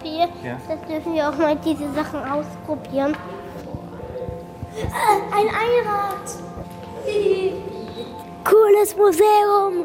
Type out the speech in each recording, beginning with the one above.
Beispiel. Ja. Das dürfen wir auch mal diese Sachen ausprobieren. Ein Einrad. Cooles Museum.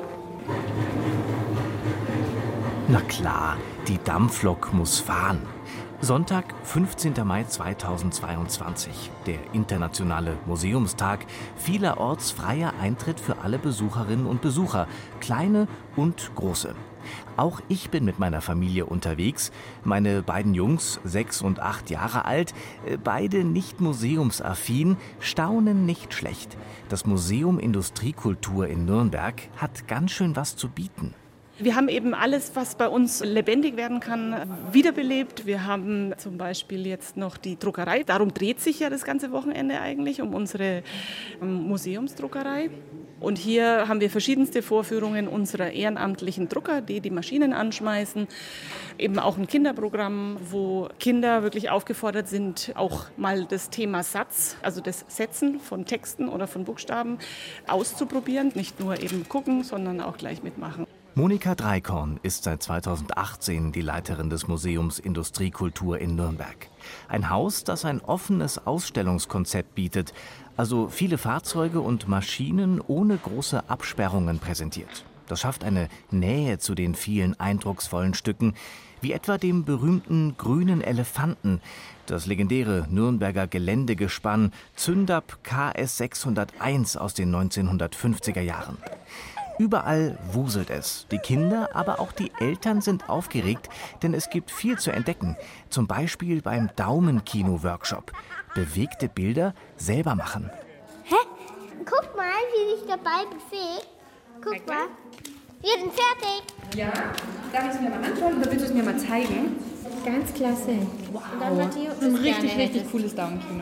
Na klar, die Dampflok muss fahren. Sonntag, 15. Mai 2022, der internationale Museumstag. Vielerorts freier Eintritt für alle Besucherinnen und Besucher, kleine und große. Auch ich bin mit meiner Familie unterwegs. Meine beiden Jungs, 6 und 8 Jahre alt, beide nicht museumsaffin, staunen nicht schlecht. Das Museum Industriekultur in Nürnberg hat ganz schön was zu bieten. Wir haben eben alles, was bei uns lebendig werden kann, wiederbelebt. Wir haben zum Beispiel jetzt noch die Druckerei. Darum dreht sich ja das ganze Wochenende eigentlich, um unsere Museumsdruckerei. Und hier haben wir verschiedenste Vorführungen unserer ehrenamtlichen Drucker, die die Maschinen anschmeißen. Eben auch ein Kinderprogramm, wo Kinder wirklich aufgefordert sind, auch mal das Thema Satz, also das Setzen von Texten oder von Buchstaben auszuprobieren. Nicht nur eben gucken, sondern auch gleich mitmachen. Monika Dreikorn ist seit 2018 die Leiterin des Museums Industriekultur in Nürnberg. Ein Haus, das ein offenes Ausstellungskonzept bietet, also viele Fahrzeuge und Maschinen ohne große Absperrungen präsentiert. Das schafft eine Nähe zu den vielen eindrucksvollen Stücken, wie etwa dem berühmten grünen Elefanten, das legendäre Nürnberger Geländegespann Zündab KS 601 aus den 1950er Jahren. Überall wuselt es. Die Kinder, aber auch die Eltern sind aufgeregt, denn es gibt viel zu entdecken. Zum Beispiel beim Daumenkino-Workshop. Bewegte Bilder selber machen. Hä? Guck mal, wie sich der Ball bewegt. Guck mal. Wir sind fertig. Ja, darf ich es mir mal anschauen oder willst du es mir mal zeigen? Ganz klasse. Wow, und dann Matthias, ein richtig cooles Daumenkino.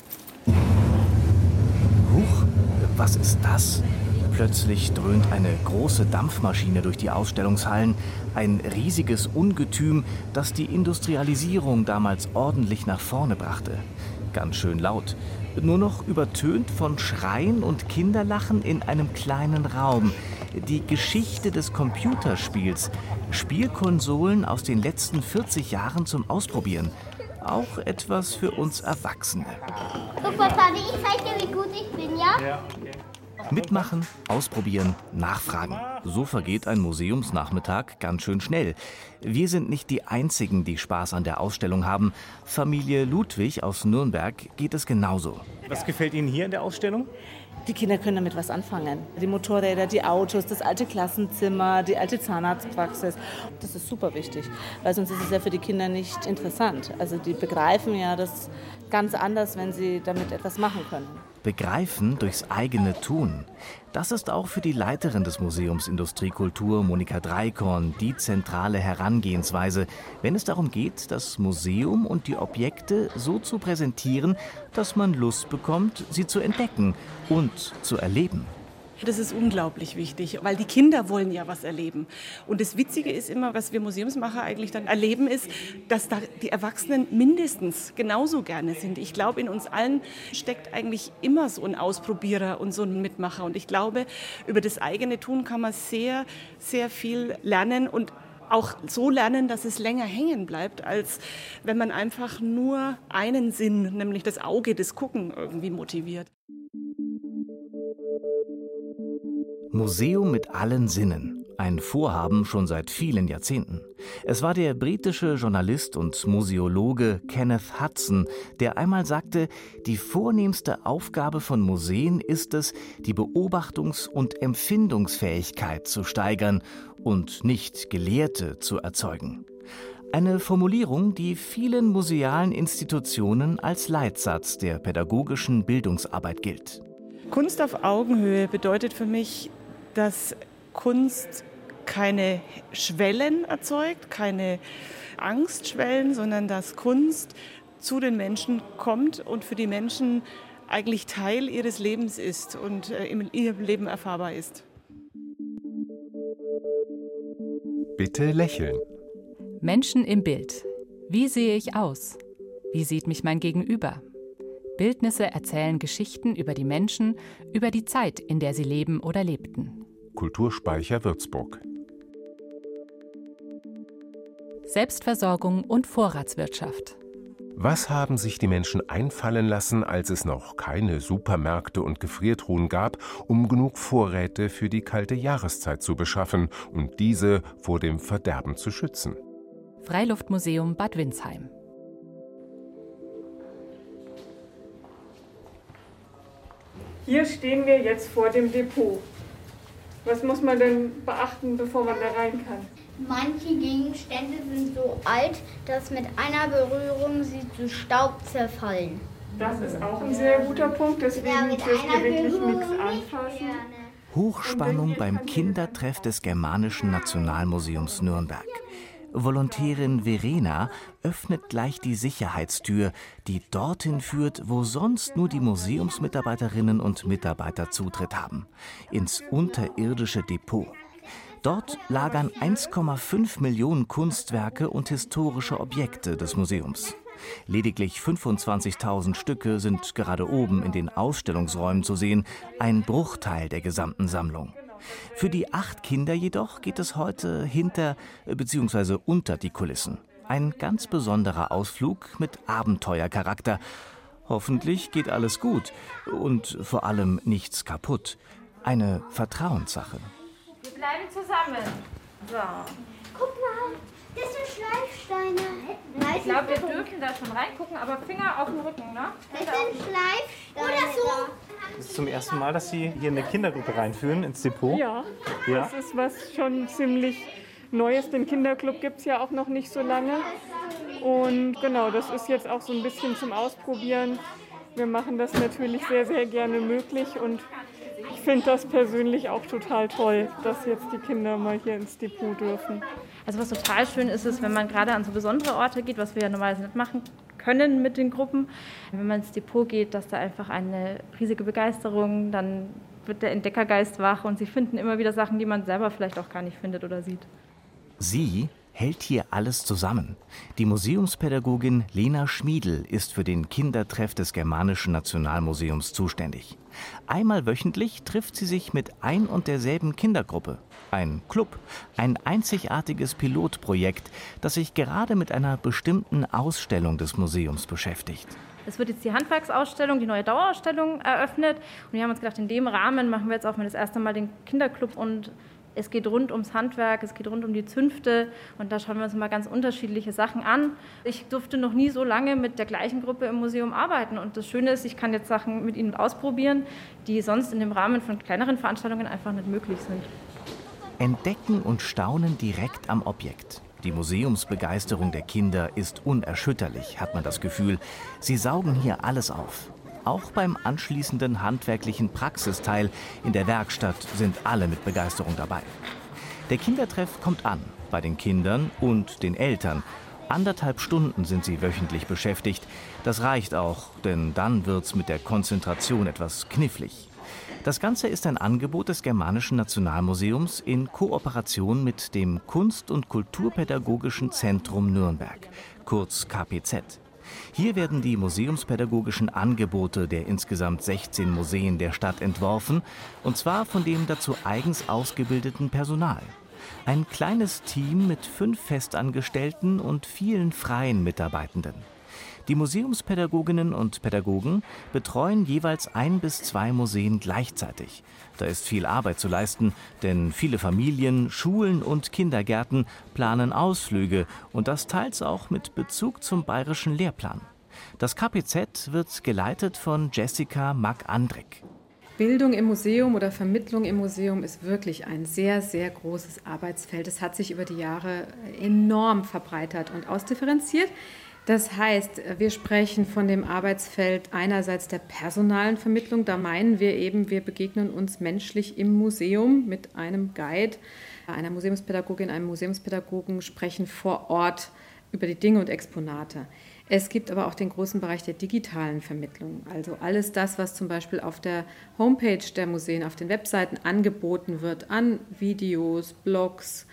Huch, was ist das? Plötzlich dröhnt eine große Dampfmaschine durch die Ausstellungshallen. Ein riesiges Ungetüm, das die Industrialisierung damals ordentlich nach vorne brachte. Ganz schön laut. Nur noch übertönt von Schreien und Kinderlachen in einem kleinen Raum. Die Geschichte des Computerspiels. Spielkonsolen aus den letzten 40 Jahren zum Ausprobieren. Auch etwas für uns Erwachsene. Guck mal, Tani, ich zeig dir, wie gut ich bin, ja? Ja. Mitmachen, ausprobieren, nachfragen. So vergeht ein Museumsnachmittag ganz schön schnell. Wir sind nicht die Einzigen, die Spaß an der Ausstellung haben. Familie Ludwig aus Nürnberg geht es genauso. Was gefällt Ihnen hier in der Ausstellung? Die Kinder können damit was anfangen. Die Motorräder, die Autos, das alte Klassenzimmer, die alte Zahnarztpraxis. Das ist super wichtig, weil sonst ist es ja für die Kinder nicht interessant. Also die begreifen ja das ganz anders, wenn sie damit etwas machen können. Begreifen durchs eigene Tun. Das ist auch für die Leiterin des Museums Industriekultur, Monika Dreikorn, die zentrale Herangehensweise, wenn es darum geht, das Museum und die Objekte so zu präsentieren, dass man Lust bekommt, sie zu entdecken und zu erleben. Das ist unglaublich wichtig, weil die Kinder wollen ja was erleben. Und das Witzige ist immer, was wir Museumsmacher eigentlich dann erleben, ist, dass da die Erwachsenen mindestens genauso gerne sind. Ich glaube, in uns allen steckt eigentlich immer so ein Ausprobierer und so ein Mitmacher. Und ich glaube, über das eigene Tun kann man sehr, sehr viel lernen und auch so lernen, dass es länger hängen bleibt, als wenn man einfach nur einen Sinn, nämlich das Auge, das Gucken irgendwie motiviert. Museum mit allen Sinnen. Ein Vorhaben schon seit vielen Jahrzehnten. Es war der britische Journalist und Museologe Kenneth Hudson, der einmal sagte, die vornehmste Aufgabe von Museen ist es, die Beobachtungs- und Empfindungsfähigkeit zu steigern und nicht Gelehrte zu erzeugen. Eine Formulierung, die vielen musealen Institutionen als Leitsatz der pädagogischen Bildungsarbeit gilt. Kunst auf Augenhöhe bedeutet für mich, dass Kunst keine Schwellen erzeugt, keine Angstschwellen, sondern dass Kunst zu den Menschen kommt und für die Menschen eigentlich Teil ihres Lebens ist und in ihrem Leben erfahrbar ist. Bitte lächeln. Menschen im Bild. Wie sehe ich aus? Wie sieht mich mein Gegenüber? Bildnisse erzählen Geschichten über die Menschen, über die Zeit, in der sie leben oder lebten. Kulturspeicher Würzburg. Selbstversorgung und Vorratswirtschaft. Was haben sich die Menschen einfallen lassen, als es noch keine Supermärkte und Gefriertruhen gab, um genug Vorräte für die kalte Jahreszeit zu beschaffen und diese vor dem Verderben zu schützen? Freiluftmuseum Bad Windsheim. Hier stehen wir jetzt vor dem Depot. Was muss man denn beachten, bevor man da rein kann? Manche Gegenstände sind so alt, dass mit einer Berührung sie zu Staub zerfallen. Das ist auch ein sehr guter Punkt, deswegen dürft ihr wirklich nichts anfassen. Hochspannung beim Kindertreff des Germanischen Nationalmuseums Nürnberg. Volontärin Verena öffnet gleich die Sicherheitstür, die dorthin führt, wo sonst nur die Museumsmitarbeiterinnen und Mitarbeiter Zutritt haben, ins unterirdische Depot. Dort lagern 1,5 Millionen Kunstwerke und historische Objekte des Museums. Lediglich 25.000 Stücke sind gerade oben in den Ausstellungsräumen zu sehen, ein Bruchteil der gesamten Sammlung. Für die 8 Kinder jedoch geht es heute hinter bzw. unter die Kulissen. Ein ganz besonderer Ausflug mit Abenteuercharakter. Hoffentlich geht alles gut und vor allem nichts kaputt. Eine Vertrauenssache. Wir bleiben zusammen. So. Guck mal, das sind Schleifsteine. Ich glaube, wir dürfen da schon reingucken, aber Finger auf den Rücken, ne? Das sind Schleifsteine. Oder so. Das ist zum ersten Mal, dass Sie hier eine Kindergruppe reinführen ins Depot. Ja, das ist was schon ziemlich Neues. Den Kinderclub gibt es ja auch noch nicht so lange. Und genau, das ist jetzt auch so ein bisschen zum Ausprobieren. Wir machen das natürlich sehr, sehr gerne möglich und ich finde das persönlich auch total toll, dass jetzt die Kinder mal hier ins Depot dürfen. Also was total schön ist, wenn man gerade an so besondere Orte geht, was wir ja normalerweise nicht machen können mit den Gruppen. Wenn man ins Depot geht, dass da einfach eine riesige Begeisterung, dann wird der Entdeckergeist wach und sie finden immer wieder Sachen, die man selber vielleicht auch gar nicht findet oder sieht. Sie hält hier alles zusammen. Die Museumspädagogin Lena Schmiedl ist für den Kindertreff des Germanischen Nationalmuseums zuständig. Einmal wöchentlich trifft sie sich mit ein und derselben Kindergruppe. Ein Club, ein einzigartiges Pilotprojekt, das sich gerade mit einer bestimmten Ausstellung des Museums beschäftigt. Es wird jetzt die Handwerksausstellung, die neue Dauerausstellung eröffnet. Und wir haben uns gedacht, in dem Rahmen machen wir jetzt auch mal das erste Mal den Kinderclub und es geht rund ums Handwerk, es geht rund um die Zünfte und da schauen wir uns mal ganz unterschiedliche Sachen an. Ich durfte noch nie so lange mit der gleichen Gruppe im Museum arbeiten und das Schöne ist, ich kann jetzt Sachen mit ihnen ausprobieren, die sonst in dem Rahmen von kleineren Veranstaltungen einfach nicht möglich sind. Entdecken und staunen direkt am Objekt. Die Museumsbegeisterung der Kinder ist unerschütterlich, hat man das Gefühl. Sie saugen hier alles auf. Auch beim anschließenden handwerklichen Praxisteil in der Werkstatt sind alle mit Begeisterung dabei. Der Kindertreff kommt an, bei den Kindern und den Eltern. 1,5 Stunden sind sie wöchentlich beschäftigt. Das reicht auch, denn dann wird's mit der Konzentration etwas knifflig. Das Ganze ist ein Angebot des Germanischen Nationalmuseums in Kooperation mit dem Kunst- und Kulturpädagogischen Zentrum Nürnberg, kurz KPZ. Hier werden die museumspädagogischen Angebote der insgesamt 16 Museen der Stadt entworfen, und zwar von dem dazu eigens ausgebildeten Personal. Ein kleines Team mit 5 Festangestellten und vielen freien Mitarbeitenden. Die Museumspädagoginnen und Pädagogen betreuen jeweils 1 bis 2 Museen gleichzeitig. Da ist viel Arbeit zu leisten, denn viele Familien, Schulen und Kindergärten planen Ausflüge und das teils auch mit Bezug zum bayerischen Lehrplan. Das KPZ wird geleitet von Jessica Mack-Andrick. Bildung im Museum oder Vermittlung im Museum ist wirklich ein sehr, sehr großes Arbeitsfeld. Es hat sich über die Jahre enorm verbreitert und ausdifferenziert. Das heißt, wir sprechen von dem Arbeitsfeld einerseits der personalen Vermittlung. Da meinen wir eben, wir begegnen uns menschlich im Museum mit einem Guide, einer Museumspädagogin, einem Museumspädagogen, sprechen vor Ort über die Dinge und Exponate. Es gibt aber auch den großen Bereich der digitalen Vermittlung. Also alles das, was zum Beispiel auf der Homepage der Museen, auf den Webseiten angeboten wird an Videos, Blogs,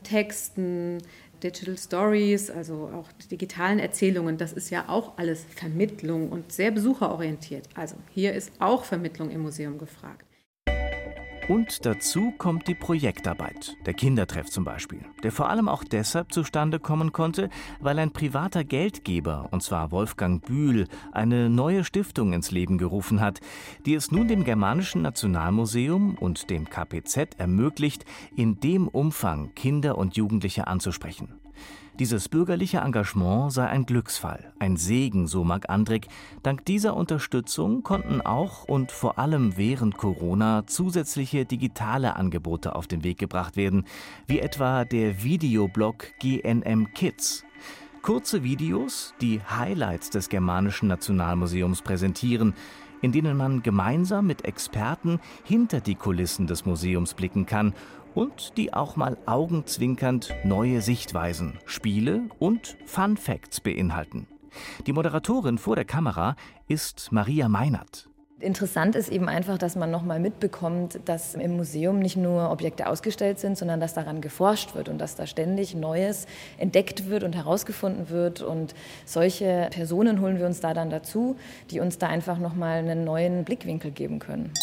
Texten, Digital Stories, also auch digitalen Erzählungen, das ist ja auch alles Vermittlung und sehr besucherorientiert. Also hier ist auch Vermittlung im Museum gefragt. Und dazu kommt die Projektarbeit, der Kindertreff zum Beispiel, der vor allem auch deshalb zustande kommen konnte, weil ein privater Geldgeber, und zwar Wolfgang Bühl, eine neue Stiftung ins Leben gerufen hat, die es nun dem Germanischen Nationalmuseum und dem KPZ ermöglicht, in dem Umfang Kinder und Jugendliche anzusprechen. Dieses bürgerliche Engagement sei ein Glücksfall, ein Segen, so Marc Andrik. Dank dieser Unterstützung konnten auch und vor allem während Corona zusätzliche digitale Angebote auf den Weg gebracht werden, wie etwa der Videoblog GNM Kids. Kurze Videos, die Highlights des Germanischen Nationalmuseums präsentieren, in denen man gemeinsam mit Experten hinter die Kulissen des Museums blicken kann und die auch mal augenzwinkernd neue Sichtweisen, Spiele und Fun Facts beinhalten. Die Moderatorin vor der Kamera ist Maria Meinert. Interessant ist eben einfach, dass man nochmal mitbekommt, dass im Museum nicht nur Objekte ausgestellt sind, sondern dass daran geforscht wird und dass da ständig Neues entdeckt wird und herausgefunden wird. Und solche Personen holen wir uns da dann dazu, die uns da einfach nochmal einen neuen Blickwinkel geben können.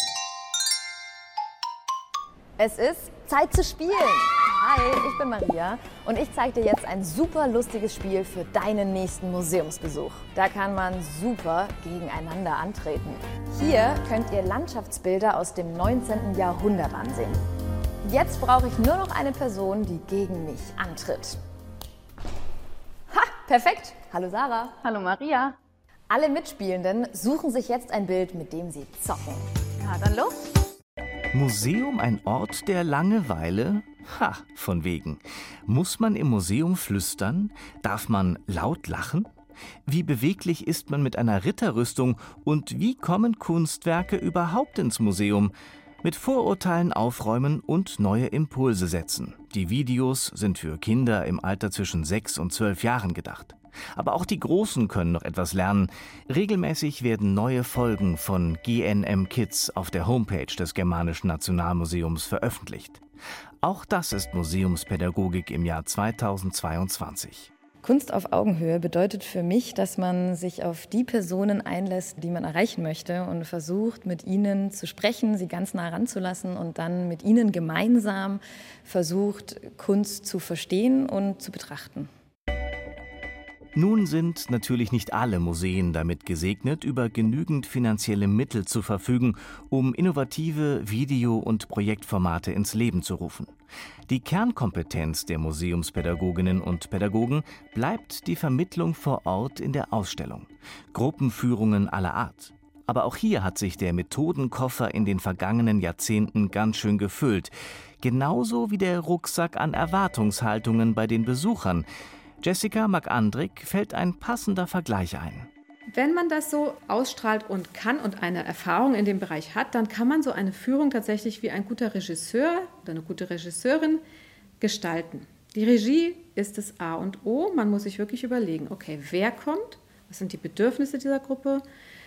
Es ist Zeit zu spielen. Hi, ich bin Maria und ich zeige dir jetzt ein super lustiges Spiel für deinen nächsten Museumsbesuch. Da kann man super gegeneinander antreten. Hier könnt ihr Landschaftsbilder aus dem 19. Jahrhundert ansehen. Jetzt brauche ich nur noch eine Person, die gegen mich antritt. Ha, perfekt. Hallo Sarah. Hallo Maria. Alle Mitspielenden suchen sich jetzt ein Bild, mit dem sie zocken. Ja, dann los. Museum ein Ort der Langeweile? Ha, von wegen. Muss man im Museum flüstern? Darf man laut lachen? Wie beweglich ist man mit einer Ritterrüstung? Und wie kommen Kunstwerke überhaupt ins Museum? Mit Vorurteilen aufräumen und neue Impulse setzen. Die Videos sind für Kinder im Alter zwischen 6 und 12 Jahren gedacht. Aber auch die Großen können noch etwas lernen. Regelmäßig werden neue Folgen von GNM Kids auf der Homepage des Germanischen Nationalmuseums veröffentlicht. Auch das ist Museumspädagogik im Jahr 2022. Kunst auf Augenhöhe bedeutet für mich, dass man sich auf die Personen einlässt, die man erreichen möchte und versucht, mit ihnen zu sprechen, sie ganz nah ranzulassen und dann mit ihnen gemeinsam versucht, Kunst zu verstehen und zu betrachten. Nun sind natürlich nicht alle Museen damit gesegnet, über genügend finanzielle Mittel zu verfügen, um innovative Video- und Projektformate ins Leben zu rufen. Die Kernkompetenz der Museumspädagoginnen und Pädagogen bleibt die Vermittlung vor Ort in der Ausstellung. Gruppenführungen aller Art. Aber auch hier hat sich der Methodenkoffer in den vergangenen Jahrzehnten ganz schön gefüllt. Genauso wie der Rucksack an Erwartungshaltungen bei den Besuchern. Jessica Marc Andrik fällt ein passender Vergleich ein. Wenn man das so ausstrahlt und kann und eine Erfahrung in dem Bereich hat, dann kann man so eine Führung tatsächlich wie ein guter Regisseur oder eine gute Regisseurin gestalten. Die Regie ist das A und O. Man muss sich wirklich überlegen, okay, wer kommt, was sind die Bedürfnisse dieser Gruppe,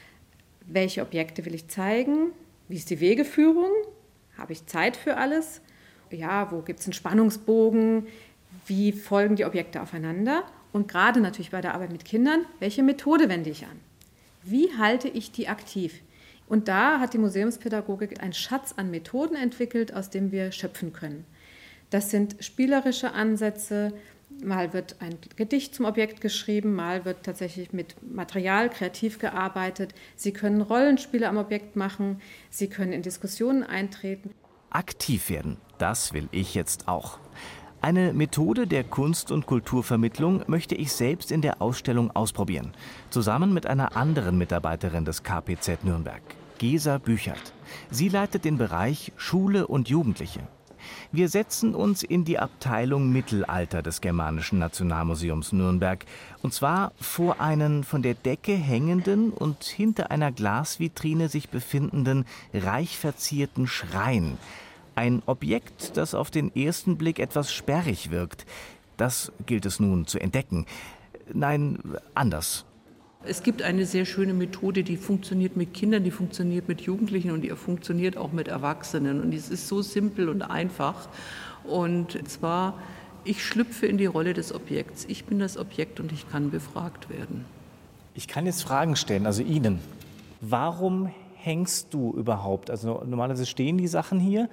welche Objekte will ich zeigen, wie ist die Wegeführung, habe ich Zeit für alles, ja, wo gibt es einen Spannungsbogen, wie folgen die Objekte aufeinander und gerade natürlich bei der Arbeit mit Kindern, welche Methode wende ich an? Wie halte ich die aktiv? Und da hat die Museumspädagogik einen Schatz an Methoden entwickelt, aus dem wir schöpfen können. Das sind spielerische Ansätze, mal wird ein Gedicht zum Objekt geschrieben, mal wird tatsächlich mit Material kreativ gearbeitet. Sie können Rollenspiele am Objekt machen, Sie können in Diskussionen eintreten. Aktiv werden, das will ich jetzt auch. Eine Methode der Kunst- und Kulturvermittlung möchte ich selbst in der Ausstellung ausprobieren. Zusammen mit einer anderen Mitarbeiterin des KPZ Nürnberg, Gesa Büchert. Sie leitet den Bereich Schule und Jugendliche. Wir setzen uns in die Abteilung Mittelalter des Germanischen Nationalmuseums Nürnberg. Und zwar vor einen von der Decke hängenden und hinter einer Glasvitrine sich befindenden, reich verzierten Schrein. Ein Objekt, das auf den ersten Blick etwas sperrig wirkt. Das gilt es nun zu entdecken. Nein, anders. Es gibt eine sehr schöne Methode, die funktioniert mit Kindern, die funktioniert mit Jugendlichen und die funktioniert auch mit Erwachsenen. Und es ist so simpel und einfach. Und zwar, ich schlüpfe in die Rolle des Objekts. Ich bin das Objekt und ich kann befragt werden. Ich kann jetzt Fragen stellen, also Ihnen. Warum hängst du überhaupt? Also normalerweise stehen die Sachen hier.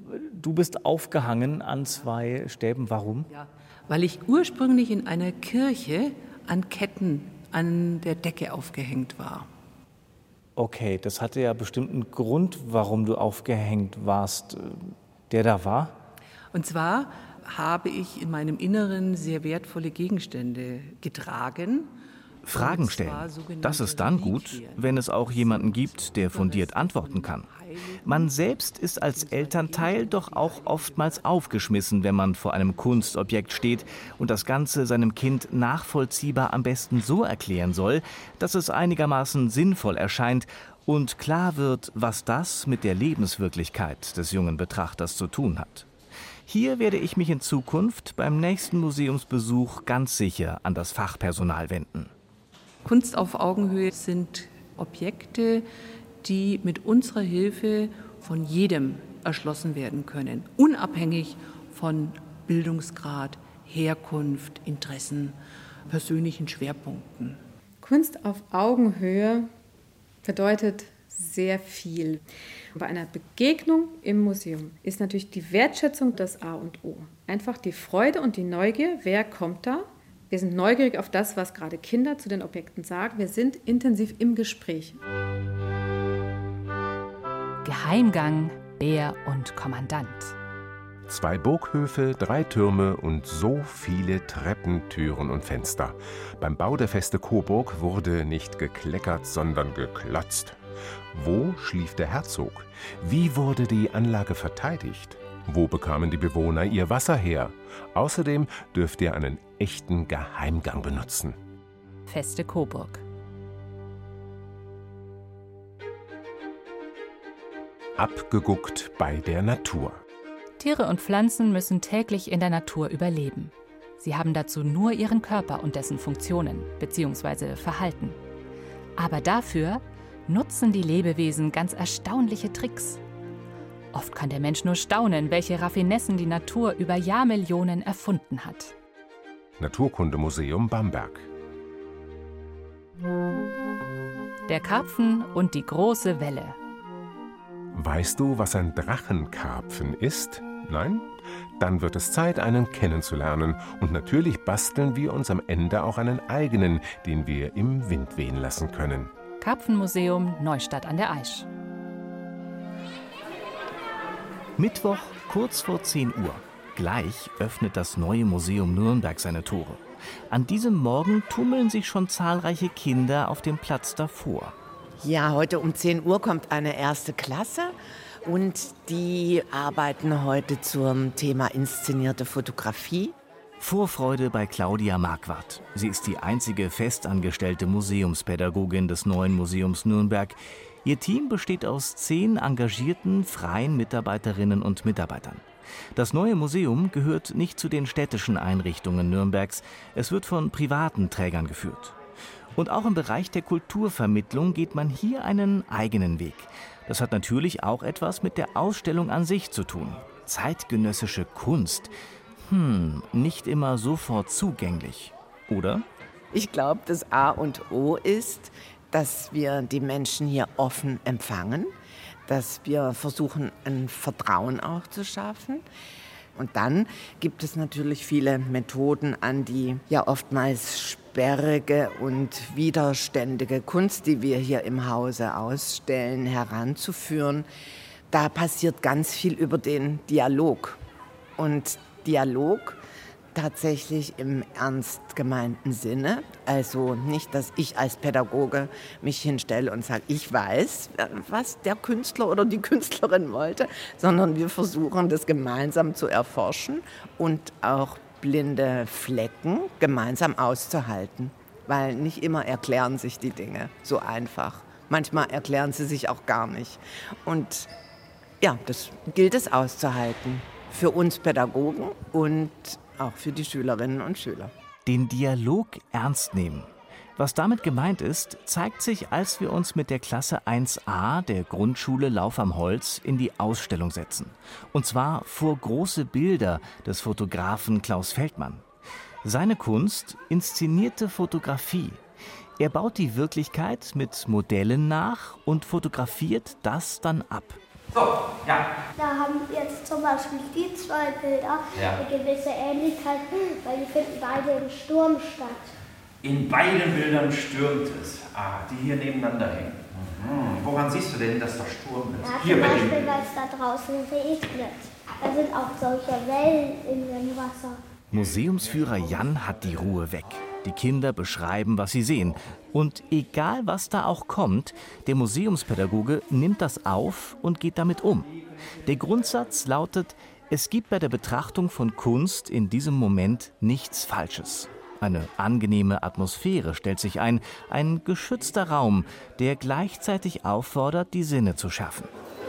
Du bist aufgehangen an 2 Stäben. Warum? Ja, weil ich ursprünglich in einer Kirche an Ketten an der Decke aufgehängt war. Okay, das hatte ja bestimmt einen Grund, warum du aufgehängt warst, der da war. Und zwar habe ich in meinem Inneren sehr wertvolle Gegenstände getragen. Fragen stellen. Das ist dann gut, wenn es auch jemanden gibt, der fundiert antworten kann. Man selbst ist als Elternteil doch auch oftmals aufgeschmissen, wenn man vor einem Kunstobjekt steht und das Ganze seinem Kind nachvollziehbar am besten so erklären soll, dass es einigermaßen sinnvoll erscheint und klar wird, was das mit der Lebenswirklichkeit des jungen Betrachters zu tun hat. Hier werde ich mich in Zukunft beim nächsten Museumsbesuch ganz sicher an das Fachpersonal wenden. Kunst auf Augenhöhe sind Objekte, die mit unserer Hilfe von jedem erschlossen werden können, unabhängig von Bildungsgrad, Herkunft, Interessen, persönlichen Schwerpunkten. Kunst auf Augenhöhe bedeutet sehr viel. Bei einer Begegnung im Museum ist natürlich die Wertschätzung das A und O. Einfach die Freude und die Neugier, wer kommt da? Wir sind neugierig auf das, was gerade Kinder zu den Objekten sagen. Wir sind intensiv im Gespräch. Geheimgang, Bär und Kommandant. 2 Burghöfe, 3 Türme und so viele Treppen, Türen und Fenster. Beim Bau der Feste Coburg wurde nicht gekleckert, sondern geklotzt. Wo schlief der Herzog? Wie wurde die Anlage verteidigt? Wo bekamen die Bewohner ihr Wasser her? Außerdem dürft ihr einen echten Geheimgang benutzen. Feste Coburg. Abgeguckt bei der Natur. Tiere und Pflanzen müssen täglich in der Natur überleben. Sie haben dazu nur ihren Körper und dessen Funktionen bzw. Verhalten. Aber dafür nutzen die Lebewesen ganz erstaunliche Tricks. Oft kann der Mensch nur staunen, welche Raffinessen die Natur über Jahrmillionen erfunden hat. Naturkundemuseum Bamberg. Der Karpfen und die große Welle. Weißt du, was ein Drachenkarpfen ist? Nein? Dann wird es Zeit, einen kennenzulernen. Und natürlich basteln wir uns am Ende auch einen eigenen, den wir im Wind wehen lassen können. Karpfenmuseum Neustadt an der Aisch. Mittwoch, kurz vor 10 Uhr. Gleich öffnet das neue Museum Nürnberg seine Tore. An diesem Morgen tummeln sich schon zahlreiche Kinder auf dem Platz davor. Ja, heute um 10 Uhr kommt eine 1. Klasse und die arbeiten heute zum Thema inszenierte Fotografie. Vorfreude bei Claudia Marquardt. Sie ist die einzige festangestellte Museumspädagogin des neuen Museums Nürnberg. Ihr Team besteht aus 10 engagierten, freien Mitarbeiterinnen und Mitarbeitern. Das neue Museum gehört nicht zu den städtischen Einrichtungen Nürnbergs. Es wird von privaten Trägern geführt. Und auch im Bereich der Kulturvermittlung geht man hier einen eigenen Weg. Das hat natürlich auch etwas mit der Ausstellung an sich zu tun. Zeitgenössische Kunst. Nicht immer sofort zugänglich, oder? Ich glaube, das A und O ist, dass wir die Menschen hier offen empfangen, dass wir versuchen, ein Vertrauen auch zu schaffen. Und dann gibt es natürlich viele Methoden an die ja oftmals sperrige und widerständige Kunst, die wir hier im Hause ausstellen, heranzuführen. Da passiert ganz viel über den Dialog. Und Dialog tatsächlich im ernst gemeinten Sinne. Also nicht, dass ich als Pädagoge mich hinstelle und sage, ich weiß, was der Künstler oder die Künstlerin wollte, sondern wir versuchen, das gemeinsam zu erforschen und auch blinde Flecken gemeinsam auszuhalten. Weil nicht immer erklären sich die Dinge so einfach. Manchmal erklären sie sich auch gar nicht. Und ja, das gilt es auszuhalten. Für uns Pädagogen und auch für die Schülerinnen und Schüler. Den Dialog ernst nehmen. Was damit gemeint ist, zeigt sich, als wir uns mit der Klasse 1a der Grundschule Lauf am Holz in die Ausstellung setzen. Und zwar vor große Bilder des Fotografen Klaus Feldmann. Seine Kunst, inszenierte Fotografie. Er baut die Wirklichkeit mit Modellen nach und fotografiert das dann ab. So, ja. Da haben jetzt zum Beispiel die zwei Bilder eine gewisse Ähnlichkeit, weil die finden beide im Sturm statt. In beiden Bildern stürmt es. Die hier nebeneinander hängen. Woran siehst du denn, dass da Sturm ist? Ja, hier zum bei Beispiel, den... weil es da draußen regnet. Da sind auch solche Wellen in dem Wasser. Museumsführer Jan hat die Ruhe weg. Die Kinder beschreiben, was sie sehen. Und egal, was da auch kommt, der Museumspädagoge nimmt das auf und geht damit um. Der Grundsatz lautet, es gibt bei der Betrachtung von Kunst in diesem Moment nichts Falsches. Eine angenehme Atmosphäre stellt sich ein geschützter Raum, der gleichzeitig auffordert, die Sinne zu schärfen.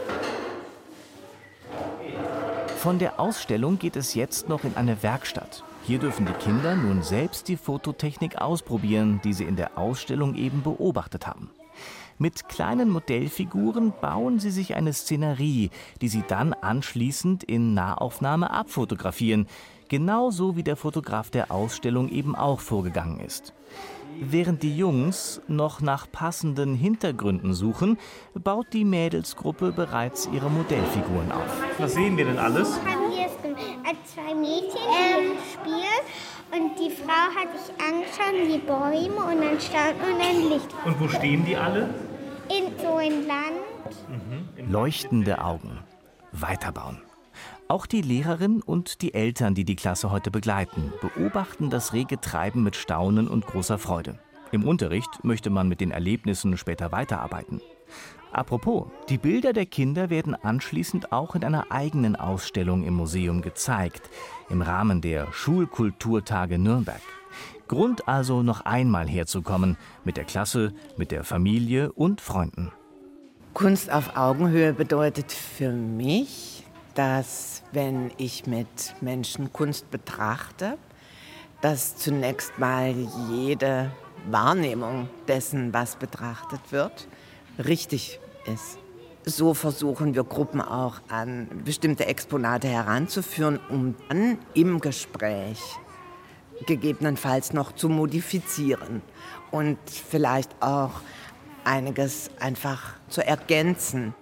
Von der Ausstellung geht es jetzt noch in eine Werkstatt. Hier dürfen die Kinder nun selbst die Fototechnik ausprobieren, die sie in der Ausstellung eben beobachtet haben. Mit kleinen Modellfiguren bauen sie sich eine Szenerie, die sie dann anschließend in Nahaufnahme abfotografieren, genauso wie der Fotograf der Ausstellung eben auch vorgegangen ist. Während die Jungs noch nach passenden Hintergründen suchen, baut die Mädelsgruppe bereits ihre Modellfiguren auf. Was sehen wir denn alles? Hier sind zwei Mädchen, die spielen und die Frau hat sich angeschaut, die Bäume und ein Stern und ein Licht. Und wo stehen die alle? So in Land. Leuchtende Augen. Weiterbauen. Auch die Lehrerin und die Eltern, die die Klasse heute begleiten, beobachten das rege Treiben mit Staunen und großer Freude. Im Unterricht möchte man mit den Erlebnissen später weiterarbeiten. Apropos, die Bilder der Kinder werden anschließend auch in einer eigenen Ausstellung im Museum gezeigt, im Rahmen der Schulkulturtage Nürnberg. Grund also, noch einmal herzukommen, mit der Klasse, mit der Familie und Freunden. Kunst auf Augenhöhe bedeutet für mich, dass, wenn ich mit Menschen Kunst betrachte, dass zunächst mal jede Wahrnehmung dessen, was betrachtet wird, richtig ist. So versuchen wir Gruppen auch an bestimmte Exponate heranzuführen, um dann im Gespräch gegebenenfalls noch zu modifizieren und vielleicht auch einiges einfach zu ergänzen.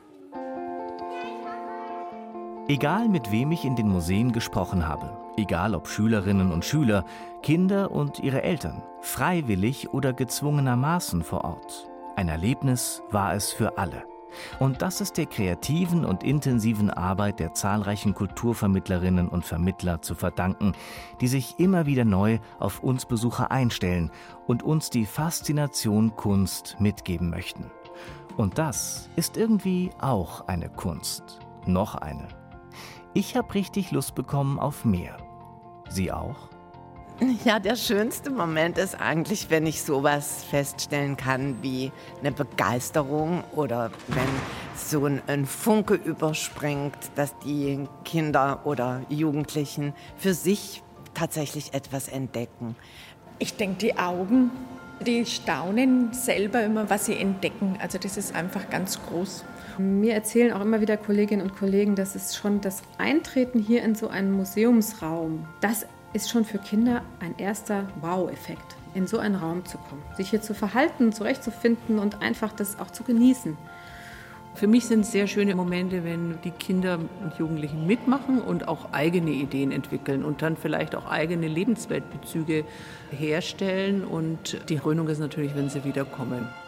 Egal, mit wem ich in den Museen gesprochen habe, egal ob Schülerinnen und Schüler, Kinder und ihre Eltern, freiwillig oder gezwungenermaßen vor Ort, ein Erlebnis war es für alle. Und das ist der kreativen und intensiven Arbeit der zahlreichen Kulturvermittlerinnen und Vermittler zu verdanken, die sich immer wieder neu auf uns Besucher einstellen und uns die Faszination Kunst mitgeben möchten. Und das ist irgendwie auch eine Kunst. Noch eine. Ich habe richtig Lust bekommen auf mehr. Sie auch? Ja, der schönste Moment ist eigentlich, wenn ich sowas feststellen kann wie eine Begeisterung oder wenn so ein Funke überspringt, dass die Kinder oder Jugendlichen für sich tatsächlich etwas entdecken. Ich denke, die Augen, die staunen selber immer, was sie entdecken. Also das ist einfach ganz groß. Mir erzählen auch immer wieder Kolleginnen und Kollegen, dass es schon das Eintreten hier in so einen Museumsraum, das ist schon für Kinder ein erster Wow-Effekt, in so einen Raum zu kommen, sich hier zu verhalten, zurechtzufinden und einfach das auch zu genießen. Für mich sind es sehr schöne Momente, wenn die Kinder und Jugendlichen mitmachen und auch eigene Ideen entwickeln und dann vielleicht auch eigene Lebensweltbezüge herstellen. Und die Krönung ist natürlich, wenn sie wiederkommen.